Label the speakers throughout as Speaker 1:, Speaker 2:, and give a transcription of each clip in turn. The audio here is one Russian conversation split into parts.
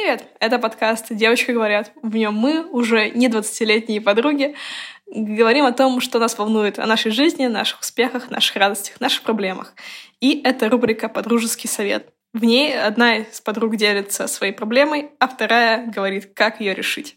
Speaker 1: привет! Это подкаст «Девочки говорят». В нем мы, уже не 20-летние подруги, говорим о том, что нас волнует, о нашей жизни, наших успехах, наших радостях, наших проблемах. И это рубрика «Подружеский совет». В ней одна из подруг делится своей проблемой, а вторая говорит, как ее решить.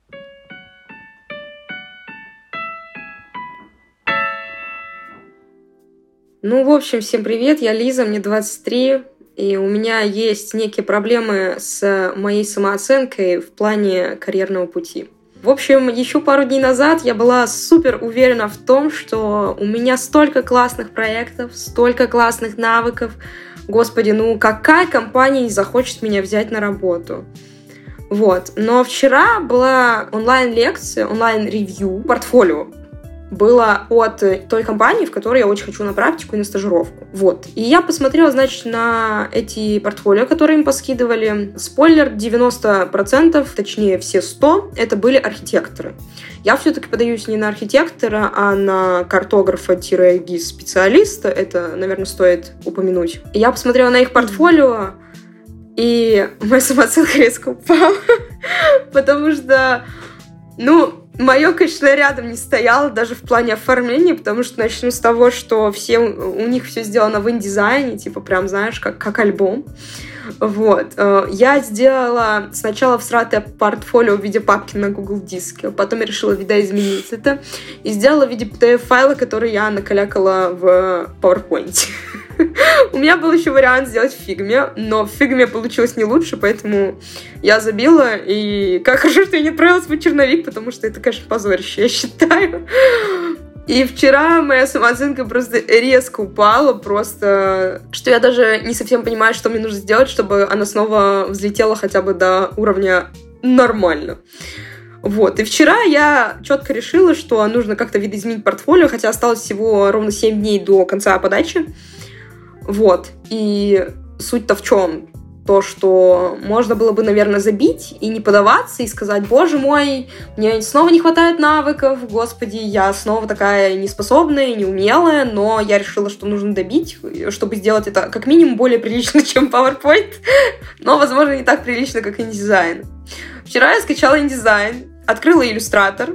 Speaker 2: В общем, всем привет, я Лиза, мне 23, и у меня есть некие проблемы с моей самооценкой в плане карьерного пути. В общем, еще пару дней назад я была супер уверена в том, что у меня столько классных проектов, столько классных навыков. Господи, какая компания не захочет меня взять на работу? Но вчера была онлайн-лекция, онлайн-ревью, портфолио. Было от той компании, в которой я очень хочу на практику и на стажировку. И я посмотрела, на эти портфолио, которые им поскидывали. Спойлер, 90%, точнее все 100, это были архитекторы. Я все-таки подаюсь не на архитектора, а на картографа-гис-специалиста. Это, наверное, стоит упомянуть. Я посмотрела на их портфолио, и моя самооценка резко упала. Потому что, мое, конечно, рядом не стояло даже в плане оформления, потому что начну с того, что у них все сделано в индизайне, прям, знаешь, как альбом. Я сделала сначала всратое портфолио в виде папки на Google Диске, потом я решила видоизменить это и сделала в виде PDF-файла, который я накалякала в PowerPoint. У меня был еще вариант сделать в Figma, но в Figma получилось не лучше, поэтому я забила, и как хорошо, что я не отправила свой черновик, потому что это, конечно, позорище, я считаю. И вчера моя самооценка просто резко упала, что я даже не совсем понимаю, что мне нужно сделать, чтобы она снова взлетела хотя бы до уровня нормально. И вчера я четко решила, что нужно как-то видоизменить портфолио, хотя осталось всего ровно 7 дней до конца подачи. И суть-то в чем? То, что можно было бы, наверное, забить и не подаваться, и сказать: боже мой, мне снова не хватает навыков, господи, я снова такая неспособная, неумелая, но я решила, что нужно добить, чтобы сделать это как минимум более прилично, чем PowerPoint, но, возможно, не так прилично, как InDesign. Вчера я скачала InDesign, открыла иллюстратор,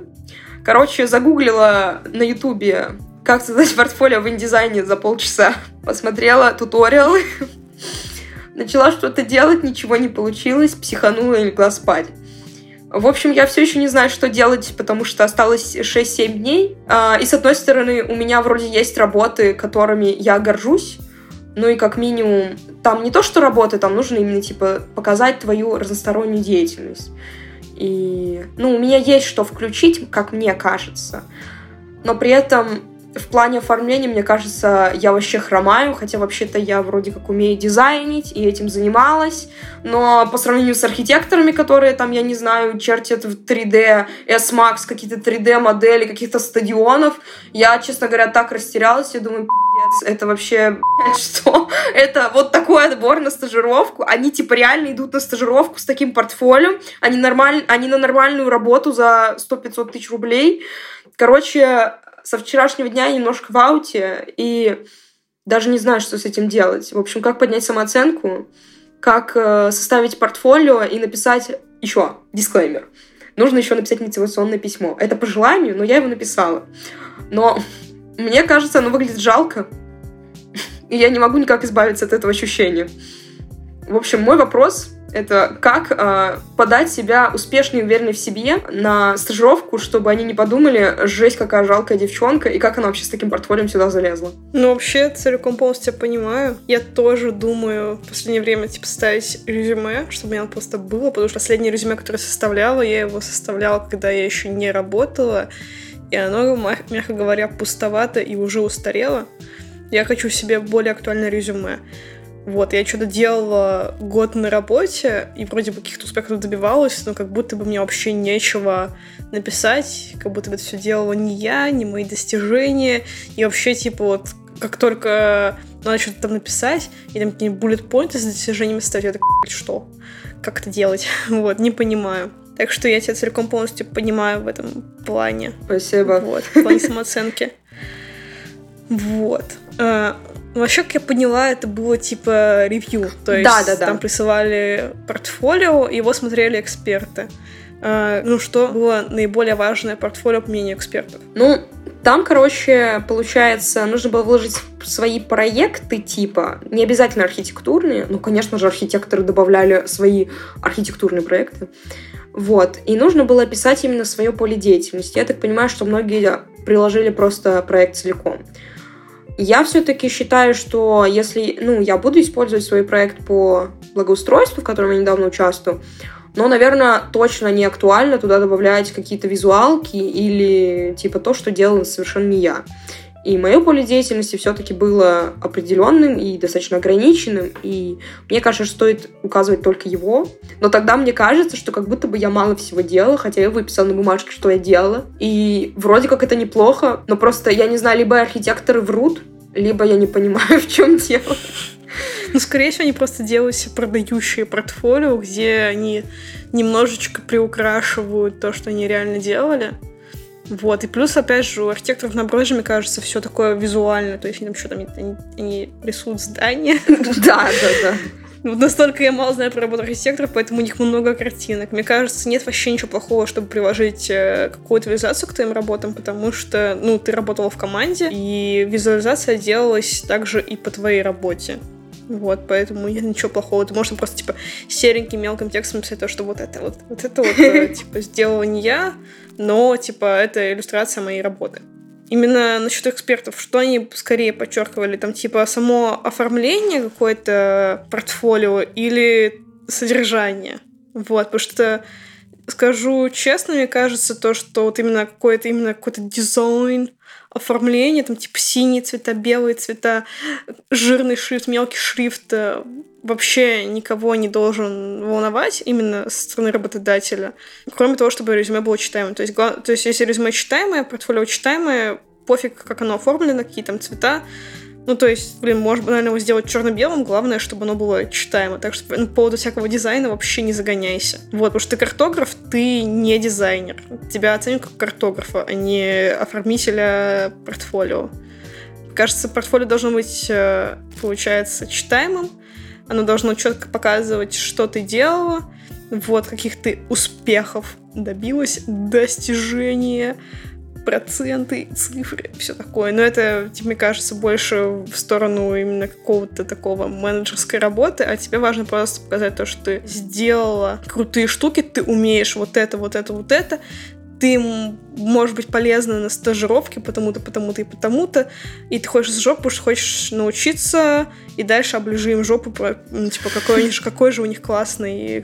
Speaker 2: загуглила на Ютубе, как создать портфолио в InDesign за полчаса, посмотрела туториалы, начала что-то делать, ничего не получилось, психанула и легла спать. В общем, я все еще не знаю, что делать, потому что осталось 6-7 дней. И с одной стороны, у меня вроде есть работы, которыми я горжусь, и как минимум, там не то, что работы, там нужно именно, показать твою разностороннюю деятельность. И, у меня есть что включить, как мне кажется, но при этом в плане оформления, мне кажется, я вообще хромаю, хотя вообще-то я вроде как умею дизайнить и этим занималась, но по сравнению с архитекторами, которые там, я не знаю, чертят в 3D, S-Max, какие-то 3D-модели каких-то стадионов, я, честно говоря, так растерялась, я думаю, пиздец, это вообще, что? Это вот такой отбор на стажировку? Они реально идут на стажировку с таким портфолио, они на нормальную работу за 100-500 тысяч рублей. Со вчерашнего дня я немножко в ауте, и даже не знаю, что с этим делать. В общем, как поднять самооценку, как составить портфолио и написать еще дисклеймер. Нужно еще написать мотивационное письмо. Это по желанию, но я его написала. Но мне кажется, оно выглядит жалко, и я не могу никак избавиться от этого ощущения. В общем, мой вопрос — это как подать себя успешной и уверенной в себе на стажировку, чтобы они не подумали: жесть, какая жалкая девчонка, и как она вообще с таким портфолио сюда залезла.
Speaker 1: Вообще, целиком полностью понимаю. Я тоже думаю в последнее время, ставить резюме, чтобы у меня просто было, потому что последнее резюме, которое составляла, я его составляла, когда я еще не работала, и оно, мягко говоря, пустовато и уже устарело. Я хочу себе более актуальное резюме. Я что-то делала год на работе, и вроде бы каких-то успехов добивалась, но как будто бы мне вообще нечего написать, как будто бы это все делала не я, не мои достижения, и вообще, как только надо что-то там написать, и там какие-нибудь буллет-поинты с достижениями ставить, я такая: что? Как это делать? Не понимаю. Так что я тебя целиком полностью понимаю в этом плане.
Speaker 2: Спасибо.
Speaker 1: В плане самооценки. Ну, вообще, как я поняла, это было типа ревью. То есть там присылали портфолио, его смотрели эксперты. Что было наиболее важное портфолио по мнению экспертов?
Speaker 2: Ну, там, получается, нужно было вложить свои проекты, типа, не обязательно архитектурные, конечно же, архитекторы добавляли свои архитектурные проекты, вот, и нужно было описать именно свое поле деятельности. Я так понимаю, что многие приложили просто проект целиком. Я все-таки считаю, что если, я буду использовать свой проект по благоустройству, в котором я недавно участвую, но, наверное, точно не актуально туда добавлять какие-то визуалки или типа то, что делала совершенно не я. И мое поле деятельности все-таки было определенным и достаточно ограниченным, и мне кажется, что стоит указывать только его. Но тогда мне кажется, что как будто бы я мало всего делала, хотя я выписала на бумажке, что я делала. И вроде как это неплохо, но просто, я не знаю, либо архитекторы врут, либо я не понимаю, в чем дело.
Speaker 1: Скорее всего, они просто делают себе продающие портфолио, где они немножечко приукрашивают то, что они реально делали. Вот. И плюс, опять же, у архитекторов на Броже, мне кажется, все такое визуальное. То есть они там что-то они рисуют здания.
Speaker 2: Да.
Speaker 1: Вот настолько я мало знаю про работу архитекторов, поэтому у них много картинок. Мне кажется, нет вообще ничего плохого, чтобы приложить какую-то визуализацию к твоим работам, потому что, ты работала в команде, и визуализация делалась также и по твоей работе. Вот, поэтому нет ничего плохого. Ты можешь просто, типа, сереньким мелким текстом писать то, что вот это типа, сделала не я, но, типа, это иллюстрация моей работы. Именно насчет экспертов, что они скорее подчеркивали, там, типа, само оформление какое-то портфолио или содержание. Вот, потому что, скажу честно, мне кажется, то, что вот именно какой-то дизайн, оформление, там, типа, синие цвета, белые цвета, жирный шрифт, мелкий шрифт вообще никого не должен волновать именно со стороны работодателя, кроме того, чтобы резюме было читаемым. То есть если резюме читаемое, портфолио читаемое, пофиг, как оно оформлено, какие там цвета. Можно банально его сделать черно-белым, главное, чтобы оно было читаемо. Так что по поводу всякого дизайна вообще не загоняйся. Вот, потому что ты картограф, ты не дизайнер. Тебя оценят как картографа, а не оформителя портфолио. Кажется, портфолио должно быть, получается, читаемым. Оно должно четко показывать, что ты делала, вот, каких ты успехов добилась, достижения, проценты, цифры, все такое. Но это, мне кажется, больше в сторону именно какого-то такого менеджерской работы, а тебе важно просто показать то, что ты сделала крутые штуки, ты умеешь вот это, ты можешь быть полезна на стажировке потому-то, и ты хочешь жопу, потому что хочешь научиться, и дальше оближи им жопу, какое же у них классное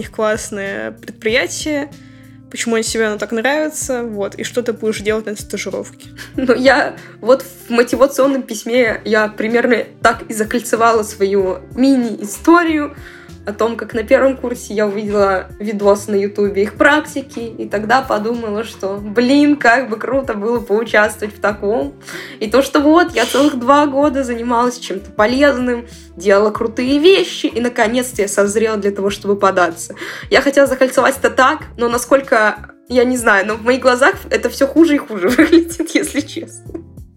Speaker 1: предприятие, почему оно так нравится, вот, и что ты будешь делать на стажировке.
Speaker 2: Я вот в мотивационном письме я примерно так и закольцевала свою мини-историю о том, как на первом курсе я увидела видос на Ютубе их практики, и тогда подумала, что, как бы круто было поучаствовать в таком. И то, что вот, я целых 2 года занималась чем-то полезным, делала крутые вещи, и наконец-то я созрела для того, чтобы податься. Я хотела закольцевать это так, но насколько, я не знаю, но в моих глазах это все хуже и хуже выглядит, если честно.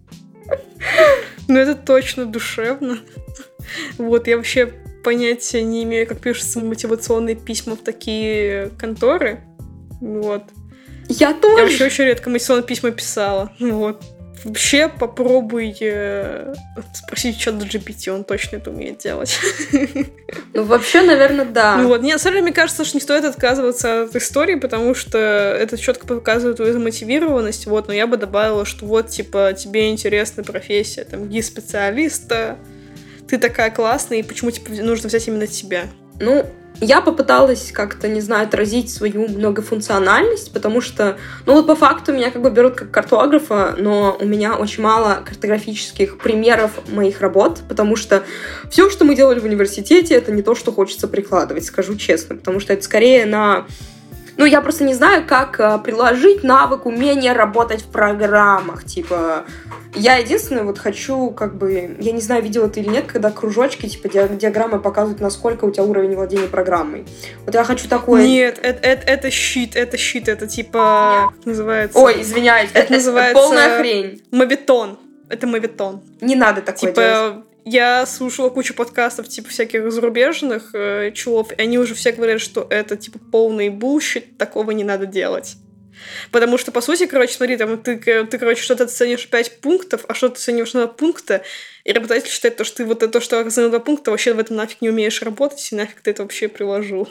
Speaker 1: Это точно душевно. Вот, я вообще понятия не имею, как пишутся мотивационные письма в такие конторы. Вот.
Speaker 2: Я тоже.
Speaker 1: Я вообще очень редко мотивационные письма писала. Вот. Вообще попробуй спросить чат GPT, он точно это умеет делать.
Speaker 2: Вообще, наверное, да.
Speaker 1: На самом деле, мне кажется, что не стоит отказываться от истории, потому что это четко показывает твою замотивированность. Вот, но я бы добавила, что вот, типа, тебе интересна профессия, там, гид-специалиста, ты такая классная, и почему, типа, нужно взять именно тебя?
Speaker 2: Я попыталась как-то, не знаю, отразить свою многофункциональность, потому что, по факту меня как бы берут как картографа, но у меня очень мало картографических примеров моих работ, потому что все, что мы делали в университете, это не то, что хочется прикладывать, скажу честно, потому что это скорее на... я просто не знаю, как приложить навык умения работать в программах. Типа, я единственное хочу, я не знаю, видела ты или нет, когда кружочки, типа, диаграммы показывают, насколько у тебя уровень владения программой. Вот я хочу такое...
Speaker 1: Нет, это щит, это типа, как называется?
Speaker 2: Ой, извиняюсь, это называется... полная хрень.
Speaker 1: Моветон. Это моветон.
Speaker 2: Не надо такое делать.
Speaker 1: Я слушала кучу подкастов, типа, всяких зарубежных чувов, и они уже все говорят, что это, типа, полный булщит, такого не надо делать. Потому что, по сути, короче, смотри, там ты короче, что-то ценишь 5 пунктов, а что-то ценишь на 2 пункта, и работодатель считает, что ты вот это, что оказано на 2 пункта, вообще в этом нафиг не умеешь работать, и нафиг ты это вообще приложил.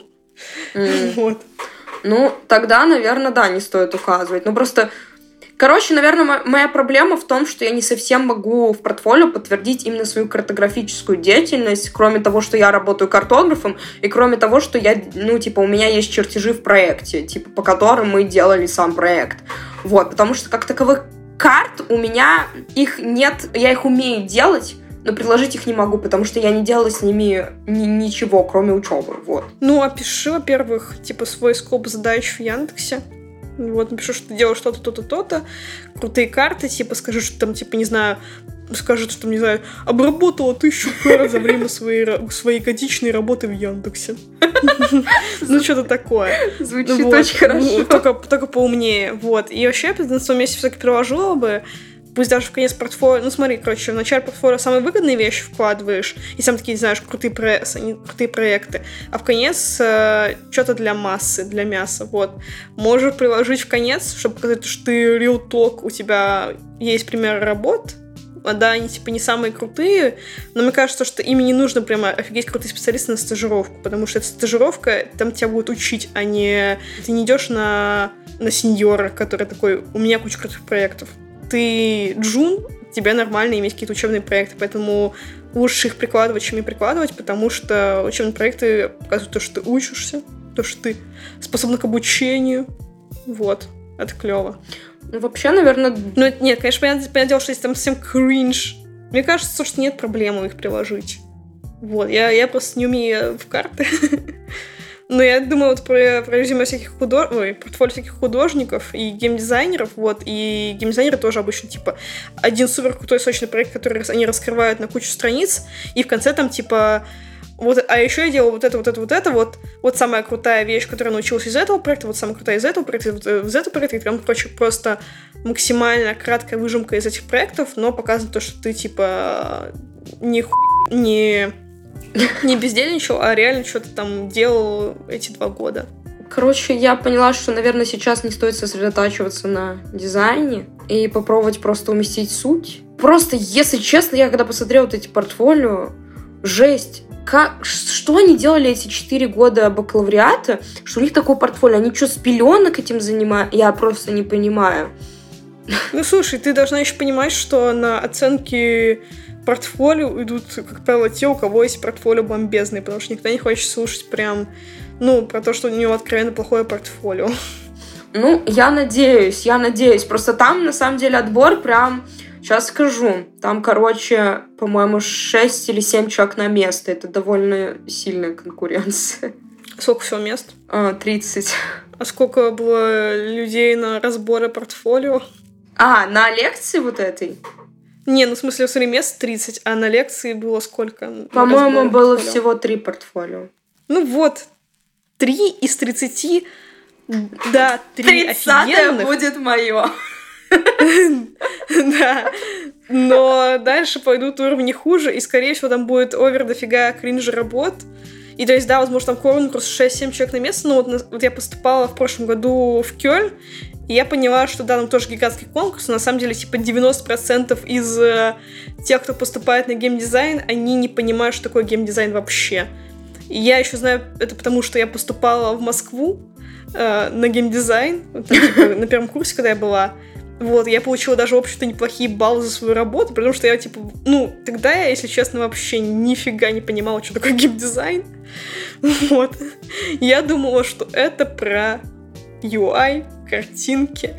Speaker 1: Вот.
Speaker 2: Ну, тогда, наверное, да, не стоит указывать. Ну, просто... Короче, наверное, моя проблема в том, что я не совсем могу в портфолио подтвердить именно свою картографическую деятельность, кроме того, что я работаю картографом, и кроме того, что я, ну, типа, у меня есть чертежи в проекте, типа, по которым мы делали сам проект. Вот, потому что как таковых карт у меня их нет, я их умею делать, но предложить их не могу, потому что я не делала с ними ничего, кроме учебы, вот.
Speaker 1: Ну, опиши, во-первых, типа, свой скоп задач в Яндексе. Вот, напишу, что ты делаешь что-то, то-то, то-то. Крутые карты, типа, скажи, что там, типа, не знаю, скажет, что, не знаю, обработала 1000 карт за время своей годичной работы в Яндексе. Ну, что-то такое.
Speaker 2: Звучит очень хорошо.
Speaker 1: Только поумнее. Вот. И вообще, я на своем месте все-таки приложила бы, пусть даже в конец портфолио... Ну, смотри, короче, в начале портфолио самые выгодные вещи вкладываешь, и сам такие, знаешь, крутые проекты, а в конец что-то для массы, для мяса, вот. Можешь приложить в конец, чтобы показать, что ты real talk, у тебя есть примеры работ, да, они, типа, не самые крутые, но мне кажется, что ими не нужно прямо офигеть крутые специалисты на стажировку, потому что эта стажировка, там тебя будут учить, а не... Ты не идешь на сеньора, который такой, у меня куча крутых проектов. Ты джун, тебе нормально иметь какие-то учебные проекты, поэтому лучше их прикладывать, чем не прикладывать, потому что учебные проекты показывают то, что ты учишься, то, что ты способна к обучению. Вот. Это клево.
Speaker 2: Ну, вообще, наверное...
Speaker 1: Ну, нет, конечно, понятное дело, что если там совсем кринж, мне кажется, что нет проблемы их приложить. Вот. Я просто не умею в карты. Но я думаю вот про резюме всяких портфолио всяких художников и геймдизайнеров, вот, и геймдизайнеры тоже обычно, типа, один супер крутой сочный проект, который они раскрывают на кучу страниц, и в конце там, типа, вот, а еще я делала вот это, вот самая крутая вещь, которую я научилась из этого проекта, вот самая крутая из этого проекта, из этого проекта, и прям, короче, просто максимально краткая выжимка из этих проектов, но показывает то, что ты, типа, не бездельничал, а реально что-то там делал эти 2 года.
Speaker 2: Короче, я поняла, что, наверное, сейчас не стоит сосредотачиваться на дизайне и попробовать просто уместить суть. Просто, если честно, я когда посмотрела вот эти портфолио, жесть. Что они делали эти 4 года бакалавриата, что у них такое портфолио? Они что, с пеленок этим занимаются? Я просто не понимаю.
Speaker 1: Ну, слушай, ты должна еще понимать, что на оценки портфолио идут, как правило, те, у кого есть портфолио бомбезные, потому что никто не хочет слушать прям, ну, про то, что у него откровенно плохое портфолио.
Speaker 2: Ну, я надеюсь. Просто там, на самом деле, отбор прям... Сейчас скажу. Там, короче, по-моему, 6 или 7 человек на место. Это довольно сильная конкуренция.
Speaker 1: Сколько всего мест?
Speaker 2: 30.
Speaker 1: А сколько было людей на разборы портфолио?
Speaker 2: На лекции вот этой?
Speaker 1: Не, ну в смысле, смотри, мест 30, а на лекции было сколько?
Speaker 2: По-моему, было всего 3 портфолио.
Speaker 1: Ну вот, 3 из 30, да, 3 офигенных.
Speaker 2: 30-е будет мое.
Speaker 1: Да, но дальше пойдут уровни хуже, и, скорее всего, там будет овер дофига кринжа работ. И, то есть, да, возможно, там конкурс 6-7 человек на место, но вот я поступала в прошлом году в Кёльн, и я поняла, что да, там тоже гигантский конкурс, но на самом деле, типа, 90% из тех, кто поступает на геймдизайн, они не понимают, что такое геймдизайн вообще. И я еще знаю это потому, что я поступала в Москву на геймдизайн, там, типа, на первом курсе, когда я была. Вот, я получила даже, в общем-то, неплохие баллы за свою работу, потому что я, типа, ну, тогда я, если честно, вообще нифига не понимала, что такое геймдизайн. Вот. Я думала, что это про UI, картинки.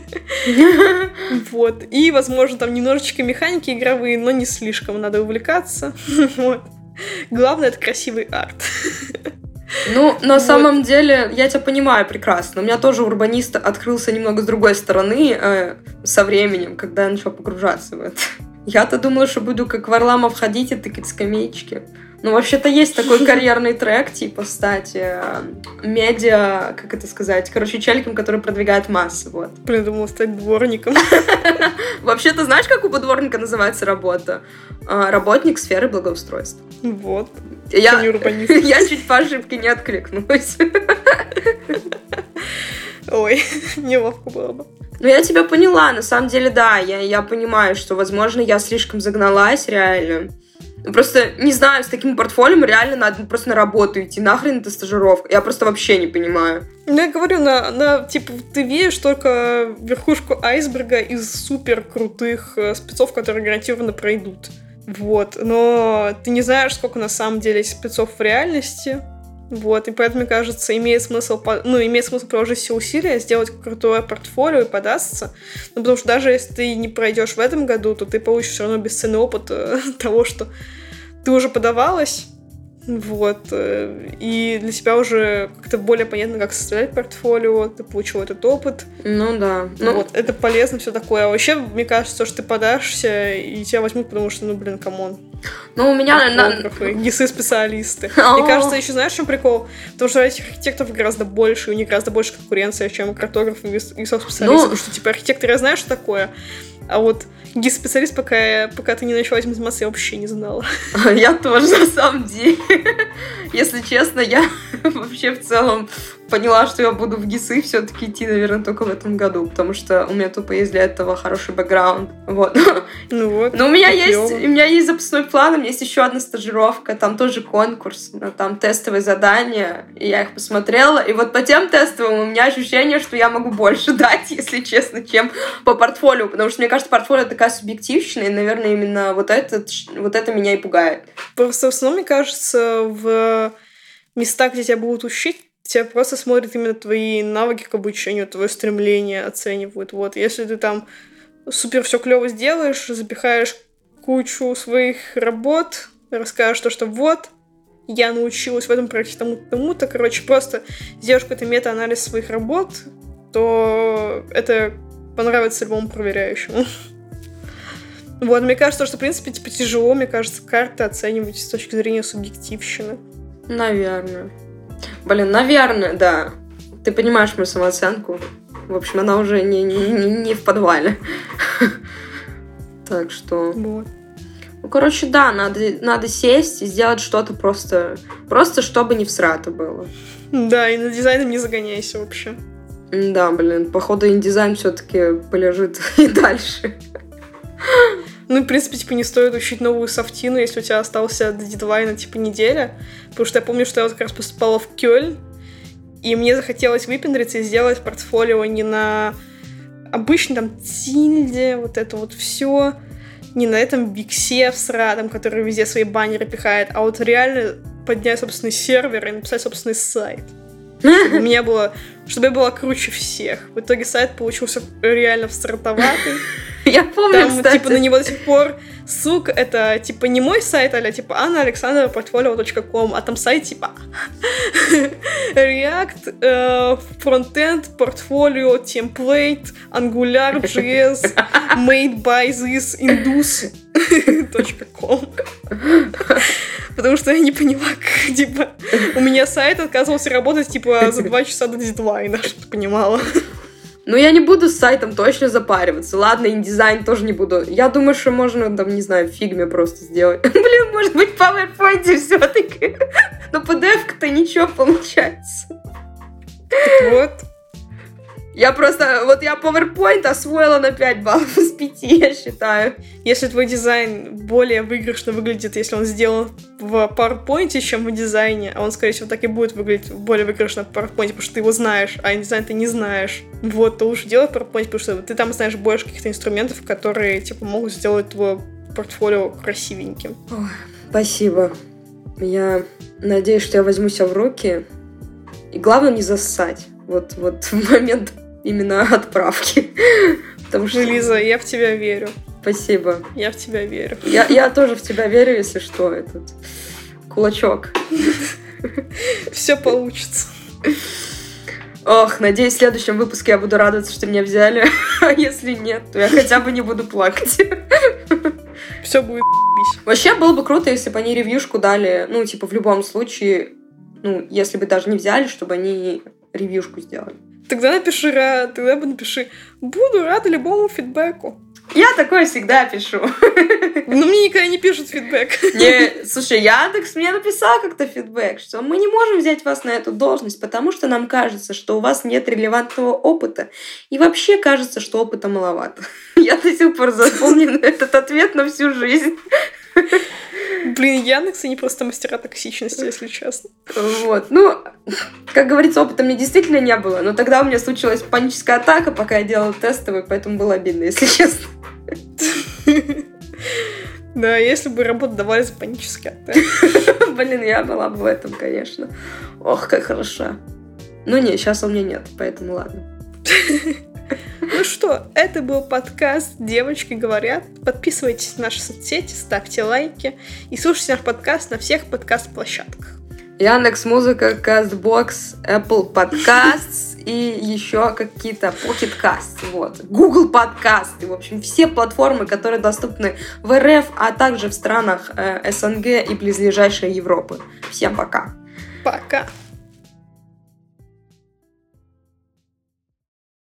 Speaker 1: Вот. И, возможно, там немножечко механики игровые, но не слишком надо увлекаться. Вот. Главное, это красивый арт.
Speaker 2: Ну, на самом деле, я тебя понимаю прекрасно. У меня тоже урбанист открылся немного с другой стороны со временем, когда я начала погружаться в это. Я-то думала, что буду как Варламов ходить и тыкать скамеечки. Ну, вообще-то есть такой карьерный трек, типа, стать медиа, как это сказать, короче, челиком, который продвигает массы, вот.
Speaker 1: Блин, думала стать дворником.
Speaker 2: Вообще-то знаешь, как у дворника называется работа? Работник сферы благоустройства.
Speaker 1: Вот.
Speaker 2: Я чуть по ошибке не откликнулась.
Speaker 1: Ой, неловко было бы.
Speaker 2: Ну, я тебя поняла, на самом деле, да, я понимаю, что, возможно, я слишком загналась, реально. Просто, не знаю, с таким портфолио реально надо просто на работу идти. Нахрен это стажировка? Я просто вообще не понимаю.
Speaker 1: Ну, я говорю, типа, ты видишь только верхушку айсберга из супер крутых спецов, которые гарантированно пройдут. Вот. Но ты не знаешь, сколько на самом деле спецов в реальности. Вот. И поэтому, мне кажется, имеет смысл приложить все усилия, сделать крутое портфолио и податься. Ну, потому что даже если ты не пройдешь в этом году, то ты получишь все равно бесценный опыт того, что ты уже подавалась. Вот. И для тебя уже как-то более понятно, как составлять портфолио, ты получил этот опыт.
Speaker 2: Ну да.
Speaker 1: Вот. Это полезно, все такое. А вообще, мне кажется, что ты подашься, и тебя возьмут, потому что, камон.
Speaker 2: Ну, у меня...
Speaker 1: ГИСы-специалисты. Мне кажется, еще знаешь, в чем прикол? Потому что этих архитекторов гораздо больше, и у них гораздо больше конкуренция, чем картографов и ГИСов-специалистов. Потому что, типа, архитектор, я знаю, что такое, а вот ГИС-специалист, пока ты не начала этим заниматься, я вообще не знала.
Speaker 2: Я тоже, на самом деле. Если честно, я вообще в целом поняла, что я буду в ГИСы все-таки идти, наверное, только в этом году, потому что у меня тупо есть для этого хороший бэкграунд. Вот.
Speaker 1: Ну вот.
Speaker 2: Но у меня есть запасной план, у меня есть еще одна стажировка, там тоже конкурс, там тестовые задания, и я их посмотрела, и вот по тем тестовым у меня ощущение, что я могу больше дать, если честно, чем по портфолио, потому что, мне кажется, портфолио такая субъективная, и, наверное, именно вот это меня и пугает.
Speaker 1: Просто в основном, мне кажется, в местах, где тебя будут учить, тебя просто смотрят именно твои навыки к обучению, твое стремление оценивают. Вот. Если ты там супер все клево сделаешь, запихаешь кучу своих работ, расскажешь то, что вот, я научилась в этом проекте тому-то, просто сделаешь какой-то мета-анализ своих работ, то это понравится любому проверяющему. Вот, мне кажется, что, в принципе, тяжело, мне кажется, карты оценивать с точки зрения субъективщины.
Speaker 2: Наверное. Наверное, да. Ты понимаешь мою самооценку. В общем, она уже не в подвале. Так что...
Speaker 1: Вот.
Speaker 2: Ну, короче, да, надо сесть и сделать что-то просто чтобы не всрато было.
Speaker 1: Да, и на дизайном не загоняйся вообще.
Speaker 2: Да, походу, индизайн все-таки полежит и дальше.
Speaker 1: Ну, в принципе, не стоит учить новую софтину, если у тебя остался до дедлайна, неделя. Потому что я помню, что я вот как раз поступала в Кёльн, и мне захотелось выпендриться и сделать портфолио не на обычном тильде, вот это вот все, не на этом Виксе всратом, который везде свои баннеры пихает, а вот реально поднять собственный сервер и написать собственный сайт. Чтобы я была круче всех. В итоге сайт получился реально всратоватый.
Speaker 2: Я помню,
Speaker 1: там,
Speaker 2: кстати.
Speaker 1: На него до сих пор ссылка, это, не мой сайт, а Анна Александрова portfolio.com, а там сайт, React, Frontend, Portfolio, Template, Angular, JS, made by this indus.com. Потому что я не поняла, как, у меня сайт отказывался работать, за 2 часа до дедлайна, чтобы ты понимала.
Speaker 2: Ну, я не буду с сайтом точно запариваться. Ладно, индизайн тоже не буду. Я думаю, что можно, не знаю, в фигме просто сделать. Может быть, в PowerPoint все-таки. Но PDF-ка-то ничего получается.
Speaker 1: Вот.
Speaker 2: Я PowerPoint освоила на 5 баллов из 5, я считаю.
Speaker 1: Если твой дизайн более выигрышно выглядит, если он сделан в PowerPoint, чем в дизайне, а он, скорее всего, так и будет выглядеть более выигрышно в PowerPoint, потому что ты его знаешь, а дизайн ты не знаешь, вот, то лучше делать PowerPoint, потому что ты там знаешь больше каких-то инструментов, которые, могут сделать твое портфолио красивеньким.
Speaker 2: Ой, спасибо. Я надеюсь, что я возьму себя в руки. И главное не зассать. Вот в момент именно отправки. Потому что...
Speaker 1: Лиза, я в тебя верю.
Speaker 2: Спасибо.
Speaker 1: Я в тебя верю.
Speaker 2: Я тоже в тебя верю, если что, этот кулачок.
Speaker 1: Все получится.
Speaker 2: Ох, надеюсь, в следующем выпуске я буду радоваться, что меня взяли. А если нет, то я хотя бы не буду плакать.
Speaker 1: Все будет бись.
Speaker 2: Вообще было бы круто, если бы они ревьюшку дали, ну, типа, в любом случае, ну, если бы даже не взяли, чтобы они ревьюшку сделали.
Speaker 1: Тогда напиши, буду рада любому фидбэку.
Speaker 2: Я такое всегда пишу.
Speaker 1: Но мне никогда не пишут фидбэк.
Speaker 2: Не, слушай, Яндекс мне написал как-то фидбэк, что мы не можем взять вас на эту должность, потому что нам кажется, что у вас нет релевантного опыта. И вообще кажется, что опыта маловато. Я до сих пор запомню этот ответ на всю жизнь.
Speaker 1: Блин, Яндекс, они просто мастера токсичности, если честно.
Speaker 2: Вот, ну, как говорится, опыта мне действительно не было, но тогда у меня случилась паническая атака, пока я делала тестовый, поэтому было обидно, если честно.
Speaker 1: Да, если бы работу давали за панический атак.
Speaker 2: Блин, я была бы в этом, конечно. Ох, как хорошо. Ну не, сейчас у меня нет, поэтому ладно.
Speaker 1: Ну что, это был подкаст «Девочки говорят». Подписывайтесь на наши соцсети, ставьте лайки и слушайте наш подкаст на всех подкаст-площадках.
Speaker 2: Яндекс.Музыка, Castbox, Apple Podcasts и еще какие-то Pocket Cast, вот. Google подкасты, в общем, все платформы, которые доступны в РФ, а также в странах СНГ и близлежащей Европы. Всем пока!
Speaker 1: Пока!